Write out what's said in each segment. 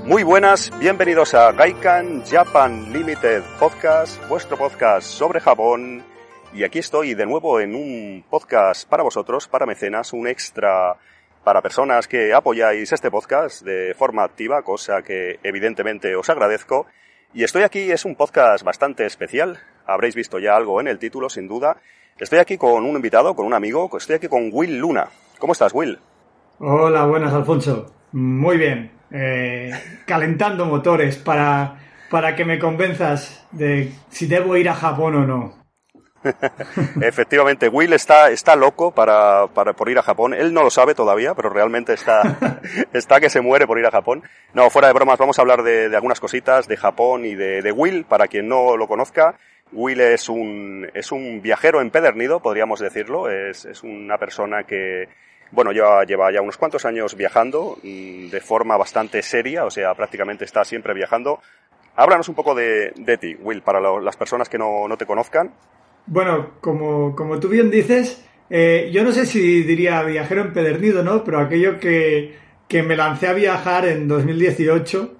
Muy buenas, bienvenidos a Gaikan Japan Limited Podcast, vuestro podcast sobre Japón. Y aquí estoy de nuevo en un podcast para vosotros, para mecenas, un extra para personas que apoyáis este podcast de forma activa, cosa que evidentemente os agradezco. Y estoy aquí, es un podcast bastante especial, habréis visto ya algo en el título, sin duda. Estoy aquí con un invitado, con un amigo, estoy aquí con Will Luna. ¿Cómo estás, Will? Hola, buenas, Alfonso. Muy bien. Calentando motores para que me convenzas de si debo ir a Japón o no. Efectivamente, Will está loco por ir a Japón. Él no lo sabe todavía, pero realmente está que se muere por ir a Japón. No, fuera de bromas, vamos a hablar de algunas cositas de Japón y de Will, para quien no lo conozca. Will es un viajero empedernido, podríamos decirlo. Es una persona que, bueno, lleva ya unos cuantos años viajando de forma bastante seria, o sea, prácticamente está siempre viajando. Háblanos un poco de ti, Will, para las personas que no te conozcan. Bueno, como tú bien dices, yo no sé si diría viajero empedernido, ¿no? Pero aquello que me lancé a viajar en 2018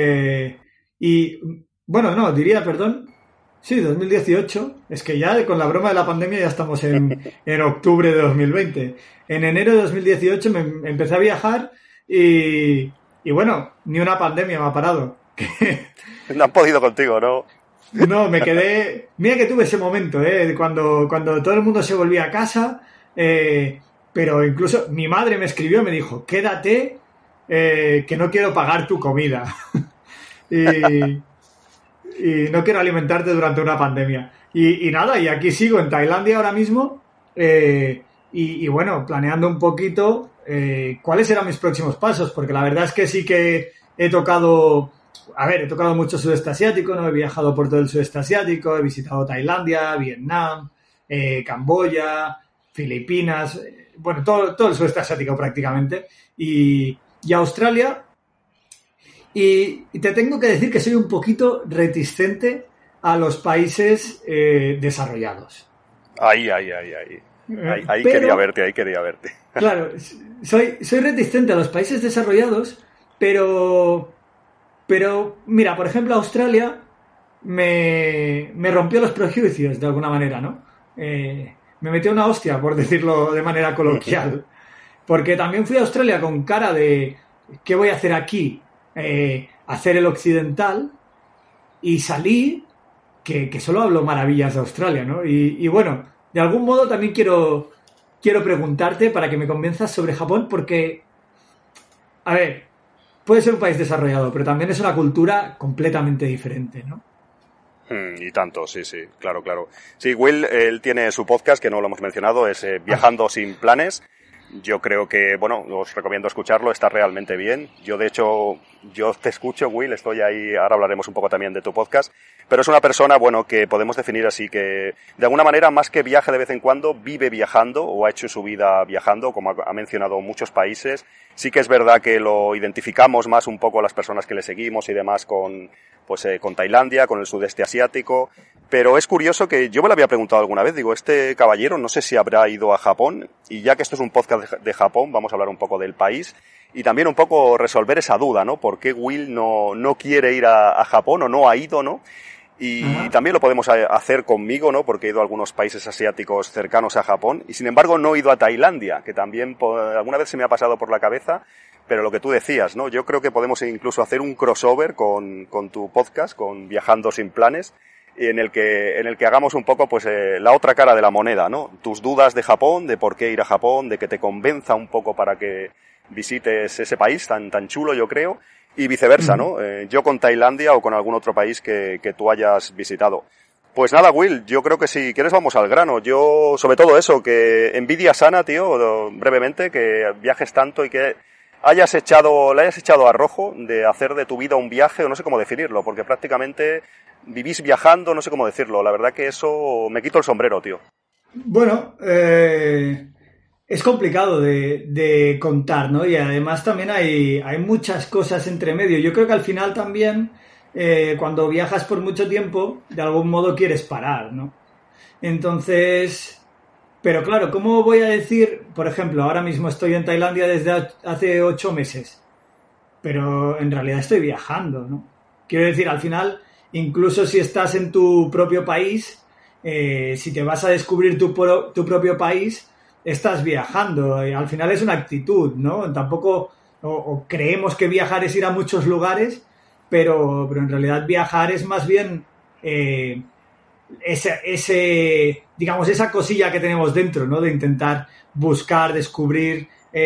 y, bueno, no, diría, perdón, sí, 2018, es que ya con la broma de la pandemia ya estamos en octubre de 2020. En enero de 2018 me empecé a viajar y bueno, ni una pandemia me ha parado. No han podido contigo, ¿no? No, me quedé... Mira que tuve ese momento, cuando todo el mundo se volvía a casa, pero incluso mi madre me escribió y me dijo, quédate, que no quiero pagar tu comida. y no quiero alimentarte durante una pandemia. Y nada, y aquí sigo en Tailandia ahora mismo, y bueno, planeando un poquito cuáles eran mis próximos pasos, porque la verdad es que sí que he tocado mucho sudeste asiático, ¿no? He viajado por todo el sudeste asiático, he visitado Tailandia, Vietnam, Camboya, Filipinas, bueno, todo el sudeste asiático prácticamente, y Australia. Y te tengo que decir que soy un poquito reticente a los países desarrollados. Ahí quería verte. Claro, soy reticente a los países desarrollados, pero mira, por ejemplo, Australia me rompió los prejuicios de alguna manera, ¿no? Me metió una hostia, por decirlo de manera coloquial. Porque también fui a Australia con cara de ¿qué voy a hacer aquí? Hacer el occidental, y salí que solo hablo maravillas de Australia, ¿no? Y bueno, de algún modo también quiero preguntarte para que me convenzas sobre Japón, porque, a ver, puede ser un país desarrollado, pero también es una cultura completamente diferente, ¿no? Y tanto, sí, claro. Sí, Will, él tiene su podcast, que no lo hemos mencionado, es Viajando sin planes. Yo creo que, bueno, os recomiendo escucharlo, está realmente bien. Yo, de hecho, yo te escucho, Will, estoy ahí, ahora hablaremos un poco también de tu podcast, pero es una persona, bueno, que podemos definir así, que de alguna manera, más que viaje de vez en cuando, vive viajando o ha hecho su vida viajando, como ha mencionado muchos países. Sí que es verdad que lo identificamos más un poco las personas que le seguimos y demás con Tailandia, con el sudeste asiático. Pero es curioso que yo me lo había preguntado alguna vez, digo, este caballero no sé si habrá ido a Japón, y ya que esto es un podcast de Japón, vamos a hablar un poco del país y también un poco resolver esa duda, ¿no? ¿Por qué Will no quiere ir a Japón o no ha ido, ¿no? Y también lo podemos hacer conmigo, ¿no? Porque he ido a algunos países asiáticos cercanos a Japón y sin embargo no he ido a Tailandia, que también alguna vez se me ha pasado por la cabeza, pero lo que tú decías, ¿no? Yo creo que podemos incluso hacer un crossover con tu podcast, con Viajando sin planes, en el que hagamos un poco la otra cara de la moneda, ¿no? Tus dudas de Japón, de por qué ir a Japón, de que te convenza un poco para que visites ese país tan chulo, yo creo, y viceversa, ¿no? Yo con Tailandia o con algún otro país que tú hayas visitado. Pues nada, Will, yo creo que si quieres vamos al grano. Yo, sobre todo eso, que envidia sana, tío, brevemente, que viajes tanto y que le hayas echado a rojo de hacer de tu vida un viaje, o no sé cómo definirlo, porque prácticamente vivís viajando, no sé cómo decirlo. La verdad que eso me quito el sombrero, tío. Bueno, es complicado de contar, ¿no? Y además también hay muchas cosas entre medio. Yo creo que al final también, cuando viajas por mucho tiempo, de algún modo quieres parar, ¿no? Entonces, pero claro, ¿cómo voy a decir, por ejemplo, ahora mismo estoy en Tailandia desde hace 8 meses? pero en realidad estoy viajando, ¿no? Quiero decir, al final, incluso si estás en tu propio país, si te vas a descubrir tu propio país, estás viajando. Al final es una actitud, ¿no? Tampoco, o creemos que viajar es ir a muchos lugares, pero en realidad viajar es más bien digamos, esa cosilla que tenemos dentro, ¿no? De intentar buscar, descubrir,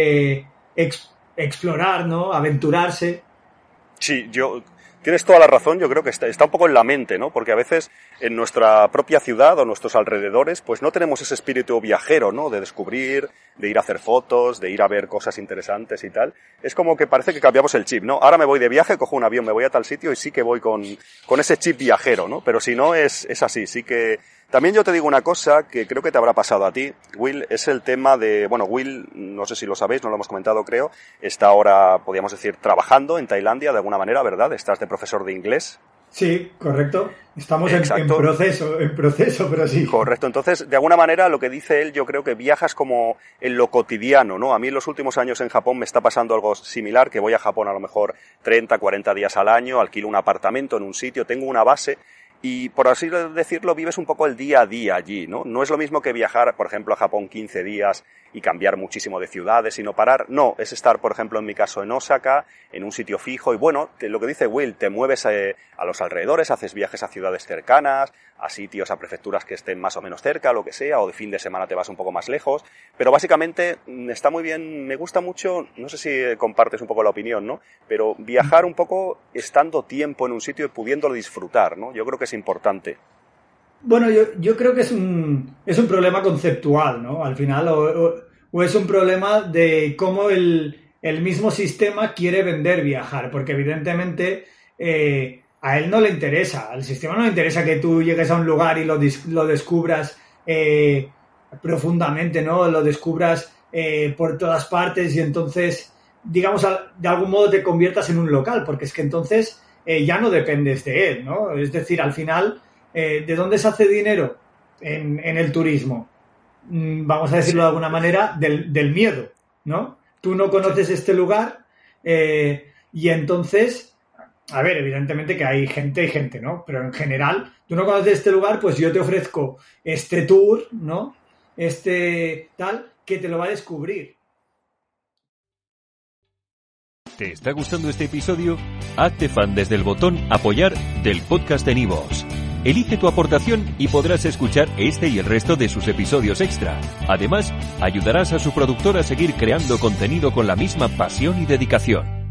explorar, ¿no? Aventurarse. Sí, tienes toda la razón, yo creo que está un poco en la mente, ¿no? Porque a veces en nuestra propia ciudad o nuestros alrededores, pues no tenemos ese espíritu viajero, ¿no? De descubrir, de ir a hacer fotos, de ir a ver cosas interesantes y tal. Es como que parece que cambiamos el chip, ¿no? Ahora me voy de viaje, cojo un avión, me voy a tal sitio y sí que voy con ese chip viajero, ¿no? Pero si no, es así, sí que... También yo te digo una cosa que creo que te habrá pasado a ti, Will, es el tema de... Bueno, Will, no sé si lo sabéis, no lo hemos comentado, creo, está ahora, podríamos decir, trabajando en Tailandia de alguna manera, ¿verdad? Estás de profesor de inglés. Sí, correcto. Estamos en proceso, pero sí. Correcto. Entonces, de alguna manera, lo que dice él, yo creo que viajas como en lo cotidiano, ¿no? A mí en los últimos años en Japón me está pasando algo similar, que voy a Japón a lo mejor 30, 40 días al año, alquilo un apartamento en un sitio, tengo una base... Y por así decirlo, vives un poco el día a día allí, ¿no? No es lo mismo que viajar, por ejemplo, a Japón 15 días y cambiar muchísimo de ciudades y no parar. No, es estar, por ejemplo, en mi caso en Osaka, en un sitio fijo y bueno, lo que dice Will, te mueves a los alrededores, haces viajes a ciudades cercanas, a sitios, a prefecturas que estén más o menos cerca, lo que sea, o de fin de semana te vas un poco más lejos. Pero básicamente está muy bien, me gusta mucho, no sé si compartes un poco la opinión, ¿no? Pero viajar un poco estando tiempo en un sitio y pudiéndolo disfrutar, ¿no? Yo creo que es importante. Bueno, yo creo que es un problema conceptual, ¿no? Al final, o es un problema de cómo el mismo sistema quiere vender viajar, porque evidentemente a él no le interesa, al sistema no le interesa que tú llegues a un lugar y lo descubras profundamente, ¿no? Lo descubras por todas partes y entonces, digamos, de algún modo te conviertas en un local, porque es que entonces ya no dependes de él, ¿no? Es decir, al final, ¿de dónde se hace dinero en el turismo? Vamos a decirlo de alguna manera, del miedo, ¿no? Tú no conoces este lugar y entonces, a ver, evidentemente que hay gente y gente, ¿no? Pero en general, tú no conoces este lugar, pues yo te ofrezco este tour, ¿no? Este tal, que te lo va a descubrir. ¿Te está gustando este episodio? Hazte fan desde el botón Apoyar del podcast de Nivos. Elige tu aportación y podrás escuchar este y el resto de sus episodios extra. Además, ayudarás a su productor a seguir creando contenido con la misma pasión y dedicación.